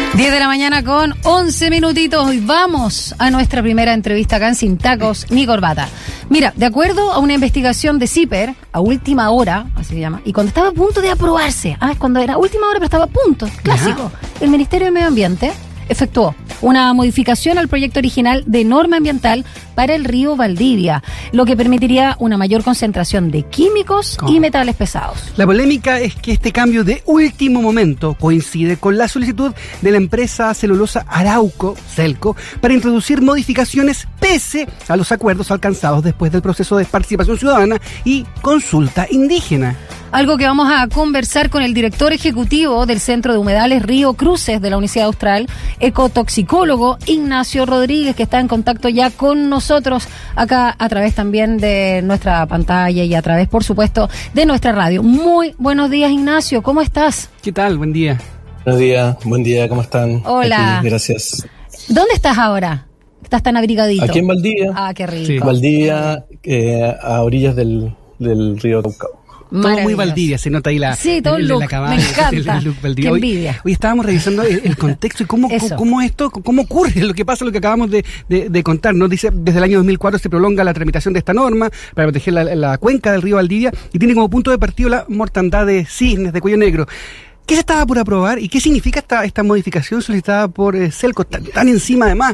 10 de la mañana con 11 minutitos. Hoy vamos a nuestra primera entrevista acá en Sin Tacos ni Corbata. Mira, de acuerdo a una investigación de CIPER, a última hora, así se llama, y cuando estaba a punto de aprobarse, es cuando era última hora pero estaba a punto, clásico, el Ministerio de Medio Ambiente efectuó una modificación al proyecto original de norma ambiental para el río Valdivia, lo que permitiría una mayor concentración de químicos y metales pesados. La polémica es que este cambio de último momento coincide con la solicitud de la empresa celulosa Arauco, Celco, para introducir modificaciones pese a los acuerdos alcanzados después del proceso de participación ciudadana y consulta indígena. Algo que vamos a conversar con el director ejecutivo del Centro de Humedales Río Cruces de la Universidad Austral, ecotoxicólogo Ignacio Rodríguez, que está en contacto ya con nosotros acá a través también de nuestra pantalla y a través, por supuesto, de nuestra radio. Muy buenos días, Ignacio, ¿cómo estás? ¿Qué tal? Buen día. Buenos días, buen día, ¿cómo están? Hola. Aquí, gracias. ¿Dónde estás ahora? ¿Estás tan abrigadito? Aquí en Valdivia. Ah, qué rico. Sí. Valdivia, a orillas del río Cauca. Todo muy Valdivia, se nota ahí la... Sí, todo el look, me encanta, el look qué envidia. Hoy estábamos revisando el contexto y cómo ocurre lo que pasa, lo que acabamos de contar, ¿no? Dice, desde el año 2004 se prolonga la tramitación de esta norma para proteger la cuenca del río Valdivia y tiene como punto de partida la mortandad de cisnes de cuello negro. ¿Qué se estaba por aprobar y qué significa esta modificación solicitada por Celco tan encima además?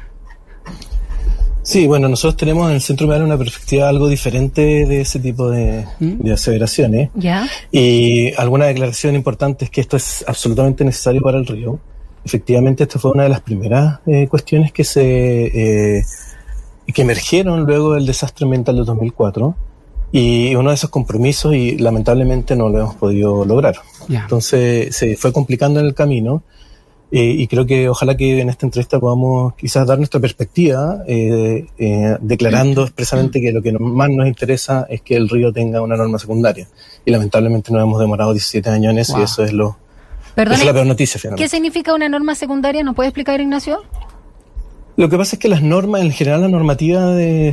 Sí, bueno, nosotros tenemos en el Centro Humedal una perspectiva algo diferente de ese tipo de aseveraciones. ¿Ya? Y alguna declaración importante es que esto es absolutamente necesario para el río. Efectivamente, esta fue una de las primeras cuestiones que emergieron luego del desastre ambiental de 2004. Y uno de esos compromisos, y lamentablemente no lo hemos podido lograr. Yeah. Entonces se fue complicando en el camino. Y creo que ojalá que en esta entrevista podamos quizás dar nuestra perspectiva, declarando expresamente que lo que más nos interesa es que el río tenga una norma secundaria. Y lamentablemente nos hemos demorado 17 años en eso. Wow. Y eso es esa es la peor noticia, finalmente. ¿Qué significa una norma secundaria? ¿Nos puede explicar, Ignacio? Lo que pasa es que las normas, en general la normativa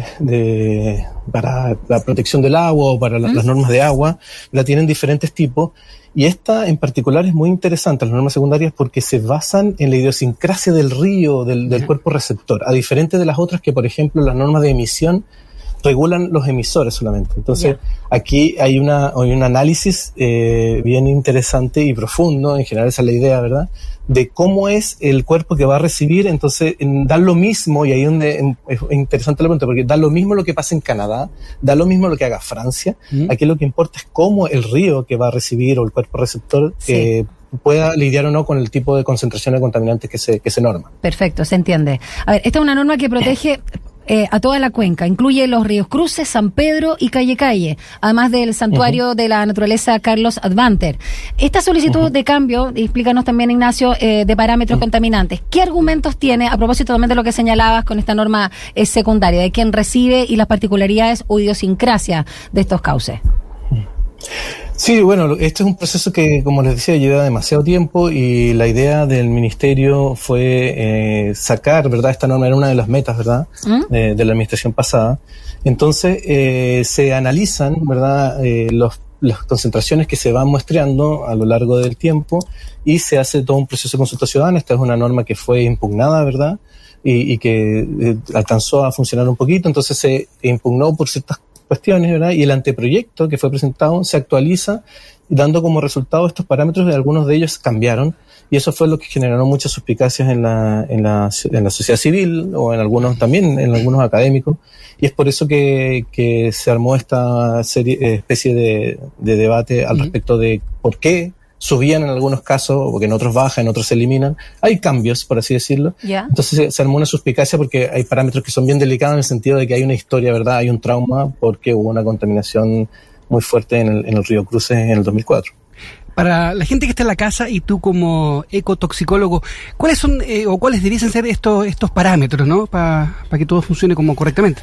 para la protección del agua o para las normas de agua, la tienen diferentes tipos. Y esta en particular es muy interesante, las normas secundarias, porque se basan en la idiosincrasia del río, del cuerpo receptor, a diferente de las otras que, por ejemplo, las normas de emisión regulan los emisores solamente. Entonces, aquí hay un análisis bien interesante y profundo, en general esa es la idea, ¿verdad?, de cómo es el cuerpo que va a recibir. Entonces, da lo mismo, y ahí es donde es interesante la pregunta, porque da lo mismo lo que pasa en Canadá, da lo mismo lo que haga Francia. Aquí lo que importa es cómo el río que va a recibir o el cuerpo receptor pueda lidiar o no con el tipo de concentración de contaminantes que se norma. Perfecto, se entiende. A ver, esta es una norma que protege a toda la cuenca, incluye los ríos Cruces, San Pedro y Calle, además del santuario de la naturaleza Carlos Advanter. Esta solicitud de cambio, explícanos también, Ignacio, de parámetros contaminantes, ¿qué argumentos tiene a propósito también de lo que señalabas con esta norma secundaria, de quién recibe y las particularidades o idiosincrasia de estos cauces? Sí, bueno, este es un proceso que, como les decía, lleva demasiado tiempo, y la idea del ministerio fue sacar, ¿verdad? Esta norma era una de las metas, ¿verdad?, de la administración pasada. Entonces, se analizan, ¿verdad?, las concentraciones que se van muestreando a lo largo del tiempo, y se hace todo un proceso de consulta ciudadana. Esta es una norma que fue impugnada, ¿verdad?, y que alcanzó a funcionar un poquito. Entonces se impugnó por ciertas cuestiones, ¿verdad? Y el anteproyecto que fue presentado se actualiza, dando como resultado estos parámetros, y algunos de ellos cambiaron, y eso fue lo que generó muchas suspicacias en la sociedad civil, o en algunos también, en algunos académicos, y es por eso que se armó esta especie de debate al respecto de por qué subían en algunos casos, porque en otros bajan, en otros se eliminan. Hay cambios, por así decirlo. Yeah. Entonces se armó una suspicacia porque hay parámetros que son bien delicados en el sentido de que hay una historia, ¿verdad? Hay un trauma porque hubo una contaminación muy fuerte en el río Cruces en el 2004. Para la gente que está en la casa y tú como ecotoxicólogo, ¿cuáles son o cuáles debiesen ser estos parámetros, ¿no? Para que todo funcione como correctamente.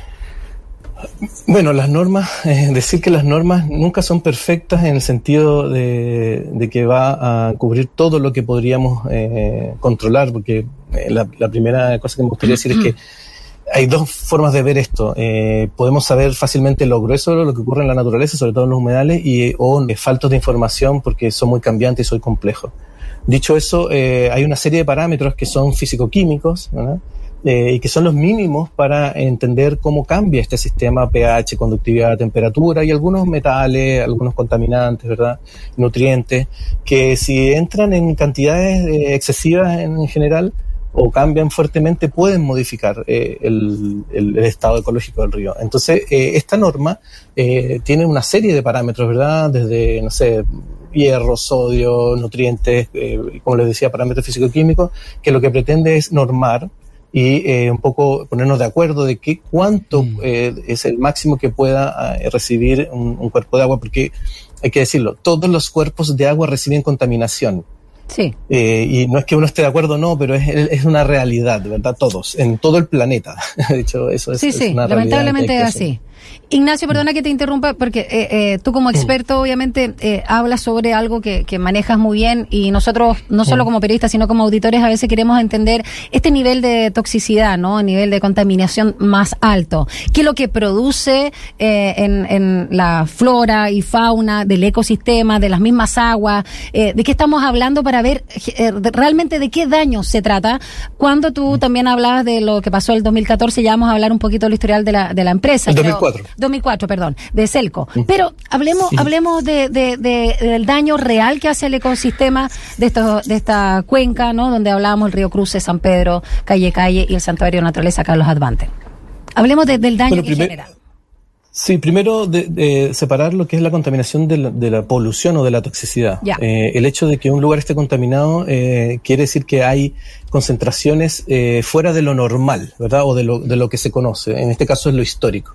Bueno, las normas, decir que las normas nunca son perfectas en el sentido de que va a cubrir todo lo que podríamos controlar, porque la primera cosa que me gustaría decir es que hay dos formas de ver esto. Podemos saber fácilmente lo grueso de lo que ocurre en la naturaleza, sobre todo en los humedales, o faltos de información porque son muy cambiantes y son complejos. Dicho eso, hay una serie de parámetros que son físico-químicos, ¿verdad? Y que son los mínimos para entender cómo cambia este sistema, pH, conductividad, temperatura y algunos metales, algunos contaminantes, ¿verdad? Nutrientes, que si entran en cantidades excesivas en general o cambian fuertemente, pueden modificar el estado ecológico del río. Entonces, esta norma tiene una serie de parámetros, ¿verdad? Desde, no sé, hierro, sodio, nutrientes, como les decía, parámetros físico-químicos, que lo que pretende es normar y un poco ponernos de acuerdo de cuánto es el máximo que pueda recibir un cuerpo de agua, porque hay que decirlo, todos los cuerpos de agua reciben contaminación. Sí. Y no es que uno esté de acuerdo o no, pero es una realidad, ¿verdad? Todos, en todo el planeta. De hecho, eso es, es una realidad. Lamentablemente es así. Ignacio, perdona que te interrumpa, porque tú como experto obviamente hablas sobre algo que manejas muy bien, y nosotros, no solo como periodistas, sino como auditores, a veces queremos entender este nivel de toxicidad, ¿no? El nivel de contaminación más alto. ¿Qué es lo que produce en la flora y fauna del ecosistema, de las mismas aguas? ¿De qué estamos hablando para ver realmente de qué daño se trata? Cuando tú también hablabas de lo que pasó el 2014, ya vamos a hablar un poquito del historial de la empresa. El 2004, perdón, de Selco. Pero hablemos del daño real que hace el ecosistema de esta cuenca, ¿no? Donde hablábamos el río Cruces, San Pedro, Calle y el Santuario de Naturaleza Carlos Advante. Hablemos del daño que genera. Sí, primero de separar lo que es la contaminación de la polución o de la toxicidad. El hecho de que un lugar esté contaminado quiere decir que hay concentraciones fuera de lo normal, ¿verdad? O de lo que se conoce. En este caso es lo histórico.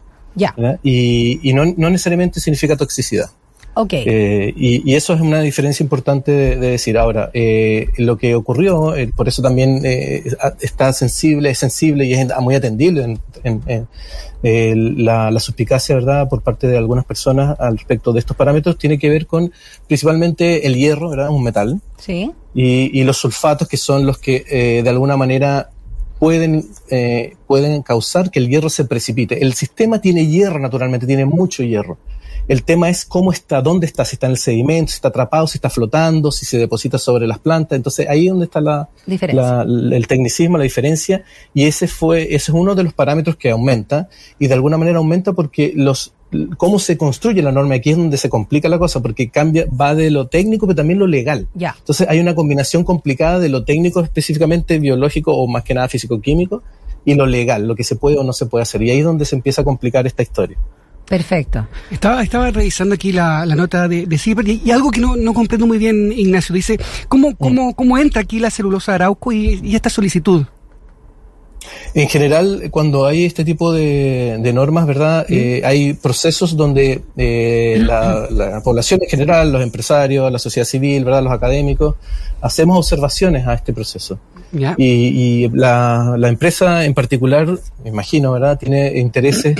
Y no necesariamente significa toxicidad. Okay. Y eso es una diferencia importante de decir. Ahora, lo que ocurrió, por eso también es sensible y es muy atendible la suspicacia, ¿verdad?, por parte de algunas personas al respecto de estos parámetros, tiene que ver con principalmente el hierro, ¿verdad?, un metal. Sí. Y los sulfatos, que son los que de alguna manera pueden causar que el hierro se precipite. El sistema tiene hierro naturalmente, tiene mucho hierro. El tema es cómo está, dónde está, si está en el sedimento, si está atrapado, si está flotando, si se deposita sobre las plantas. Entonces ahí es donde está el tecnicismo, la diferencia, y ese es uno de los parámetros que aumenta, y de alguna manera aumenta porque cómo se construye la norma, aquí es donde se complica la cosa, porque va de lo técnico, pero también lo legal. Entonces hay una combinación complicada de lo técnico, específicamente biológico o más que nada físico-químico, y lo legal, lo que se puede o no se puede hacer. Y ahí es donde se empieza a complicar esta historia. Perfecto. Estaba revisando aquí la nota de CIPER y algo que no comprendo muy bien, Ignacio. Dice, ¿cómo entra aquí la celulosa de Arauco y esta solicitud? En general, cuando hay este tipo de normas, ¿verdad? Hay procesos donde la población en general, los empresarios, la sociedad civil, ¿verdad?, los académicos, hacemos observaciones a este proceso. Y la empresa en particular, me imagino, ¿verdad?, tiene intereses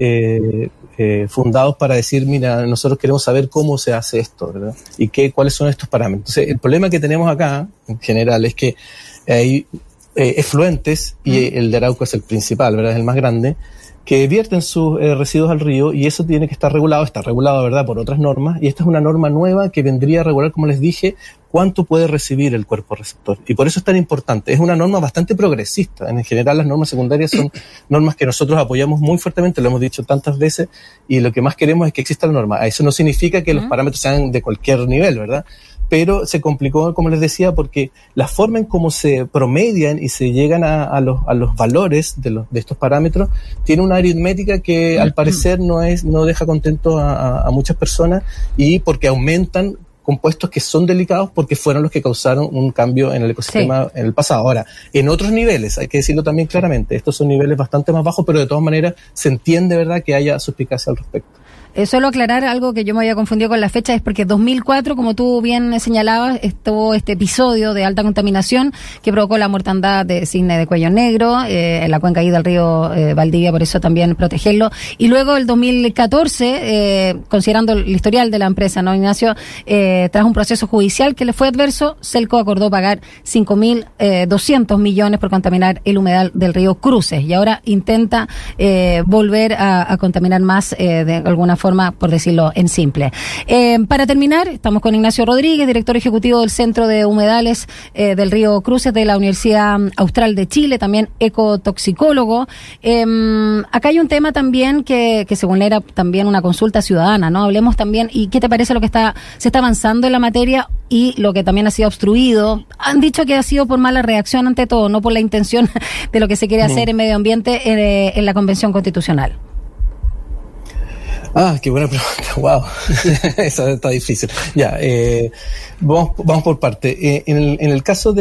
fundados para decir, mira, nosotros queremos saber cómo se hace esto, ¿verdad? Y cuáles son estos parámetros. Entonces, el problema que tenemos acá, en general, es que hay efluentes, y el de Arauco es el principal, ¿verdad?, es el más grande, que vierten sus residuos al río, y eso tiene que estar regulado, ¿verdad?, por otras normas, y esta es una norma nueva que vendría a regular, como les dije, cuánto puede recibir el cuerpo receptor. Y por eso es tan importante. Es una norma bastante progresista. En general, las normas secundarias son normas que nosotros apoyamos muy fuertemente, lo hemos dicho tantas veces, y lo que más queremos es que exista la norma. Eso no significa que los parámetros sean de cualquier nivel, ¿verdad?, pero se complicó, como les decía, porque la forma en cómo se promedian y se llegan a los valores de estos parámetros tiene una aritmética que al parecer no deja contento a muchas personas, y porque aumentan compuestos que son delicados porque fueron los que causaron un cambio en el ecosistema en el pasado. Ahora, en otros niveles, hay que decirlo también claramente, estos son niveles bastante más bajos, pero de todas maneras se entiende, ¿verdad?, que haya suspicacia al respecto. Solo aclarar algo que yo me había confundido con la fecha, es porque 2004, como tú bien señalabas, estuvo este episodio de alta contaminación que provocó la mortandad de cisne de cuello negro en la cuenca ahí del río Valdivia, por eso también protegerlo. Y luego el 2014, considerando el historial de la empresa, ¿no, Ignacio? Tras un proceso judicial que le fue adverso, Selco acordó pagar 5.200 millones por contaminar el humedal del río Cruces, y ahora intenta volver a contaminar más de alguna forma, por decirlo en simple. Para terminar, estamos con Ignacio Rodríguez, director ejecutivo del Centro de Humedales del Río Cruces de la Universidad Austral de Chile, también ecotoxicólogo. Acá hay un tema también que según era también una consulta ciudadana, ¿no? Hablemos también, ¿y qué te parece lo que se está avanzando en la materia y lo que también ha sido obstruido? Han dicho que ha sido por mala reacción ante todo, no por la intención de lo que se quiere hacer en medio ambiente en la Convención Constitucional. Qué buena pregunta. Wow. Eso está difícil. Ya, vamos por parte. En el caso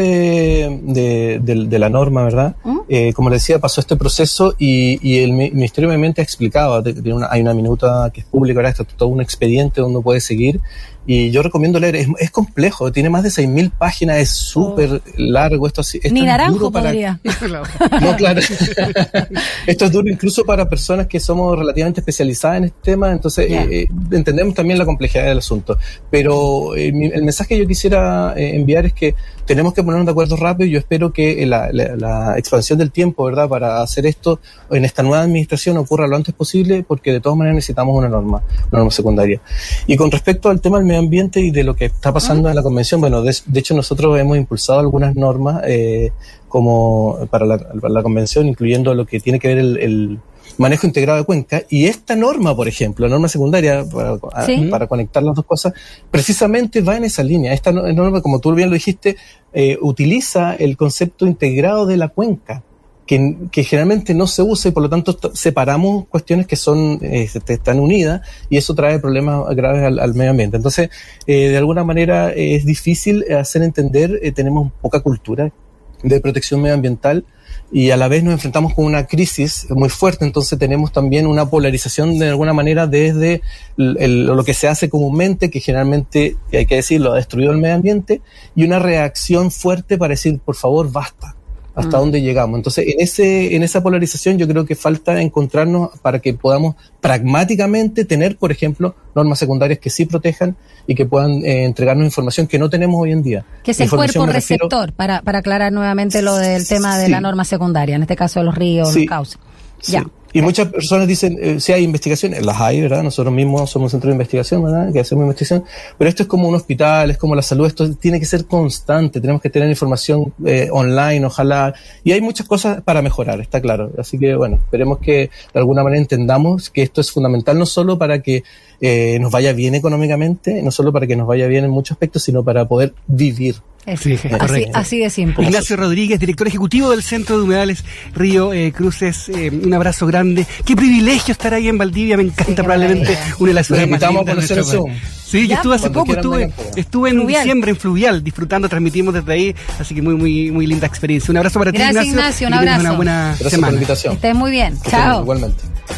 de la norma, ¿verdad? Como le decía, pasó este proceso y el Ministerio de Medio Ambiente ha explicado, hay una minuta que es pública, ahora está todo un expediente donde puede seguir. Y yo recomiendo leer, es complejo, tiene más de 6.000 páginas, es súper largo, esto ni Naranjo para... podría. No, claro. Esto es duro incluso para personas que somos relativamente especializadas en este tema, entonces entendemos también la complejidad del asunto. Pero el mensaje que yo quisiera enviar es que tenemos que ponernos de acuerdo rápido y yo espero que la expansión del tiempo, ¿verdad?, para hacer esto en esta nueva administración ocurra lo antes posible, porque de todas maneras necesitamos una norma secundaria. Y con respecto al tema del medio ambiente y de lo que está pasando en la convención, bueno, de hecho nosotros hemos impulsado algunas normas como para la convención, incluyendo lo que tiene que ver el manejo integrado de cuenca, y esta norma, por ejemplo, la norma secundaria, para conectar las dos cosas, precisamente va en esa línea. Esta norma, como tú bien lo dijiste, utiliza el concepto integrado de la cuenca, que generalmente no se usa y por lo tanto separamos cuestiones que están unidas y eso trae problemas graves al medio ambiente. Entonces, de alguna manera es difícil hacer entender, tenemos poca cultura de protección medioambiental y a la vez nos enfrentamos con una crisis muy fuerte, entonces tenemos también una polarización de alguna manera desde lo que se hace comúnmente, que generalmente, hay que decirlo, ha destruido el medio ambiente, y una reacción fuerte para decir, por favor, basta. Hasta dónde llegamos. Entonces, en esa polarización yo creo que falta encontrarnos para que podamos pragmáticamente tener, por ejemplo, normas secundarias que sí protejan y que puedan entregarnos información que no tenemos hoy en día. Que es el cuerpo receptor, para aclarar nuevamente lo del tema de la norma secundaria, en este caso de los ríos, los cauces. Sí. Ya. Y muchas personas dicen, si hay investigaciones, las hay, ¿verdad? Nosotros mismos somos un centro de investigación, ¿verdad? Que hacemos investigación, pero esto es como un hospital, es como la salud, esto tiene que ser constante, tenemos que tener información online, ojalá, y hay muchas cosas para mejorar, está claro. Así que, bueno, esperemos que de alguna manera entendamos que esto es fundamental no solo para que nos vaya bien económicamente, no solo para que nos vaya bien en muchos aspectos, sino para poder vivir. Sí, así de simple. Ignacio Rodríguez, director ejecutivo del Centro de Humedales Río Cruces, un abrazo grande. Qué privilegio estar ahí en Valdivia, me encanta, probablemente una de las ciudades más lindas de nuestro país. Sí, yo estuve hace poco, estuve en diciembre en Fluvial, disfrutando, transmitimos desde ahí, así que muy linda experiencia. Un abrazo para ti, Ignacio. Gracias, Ignacio, un abrazo. Una buena semana. Por la invitación. Estés muy bien. Chao. Igualmente.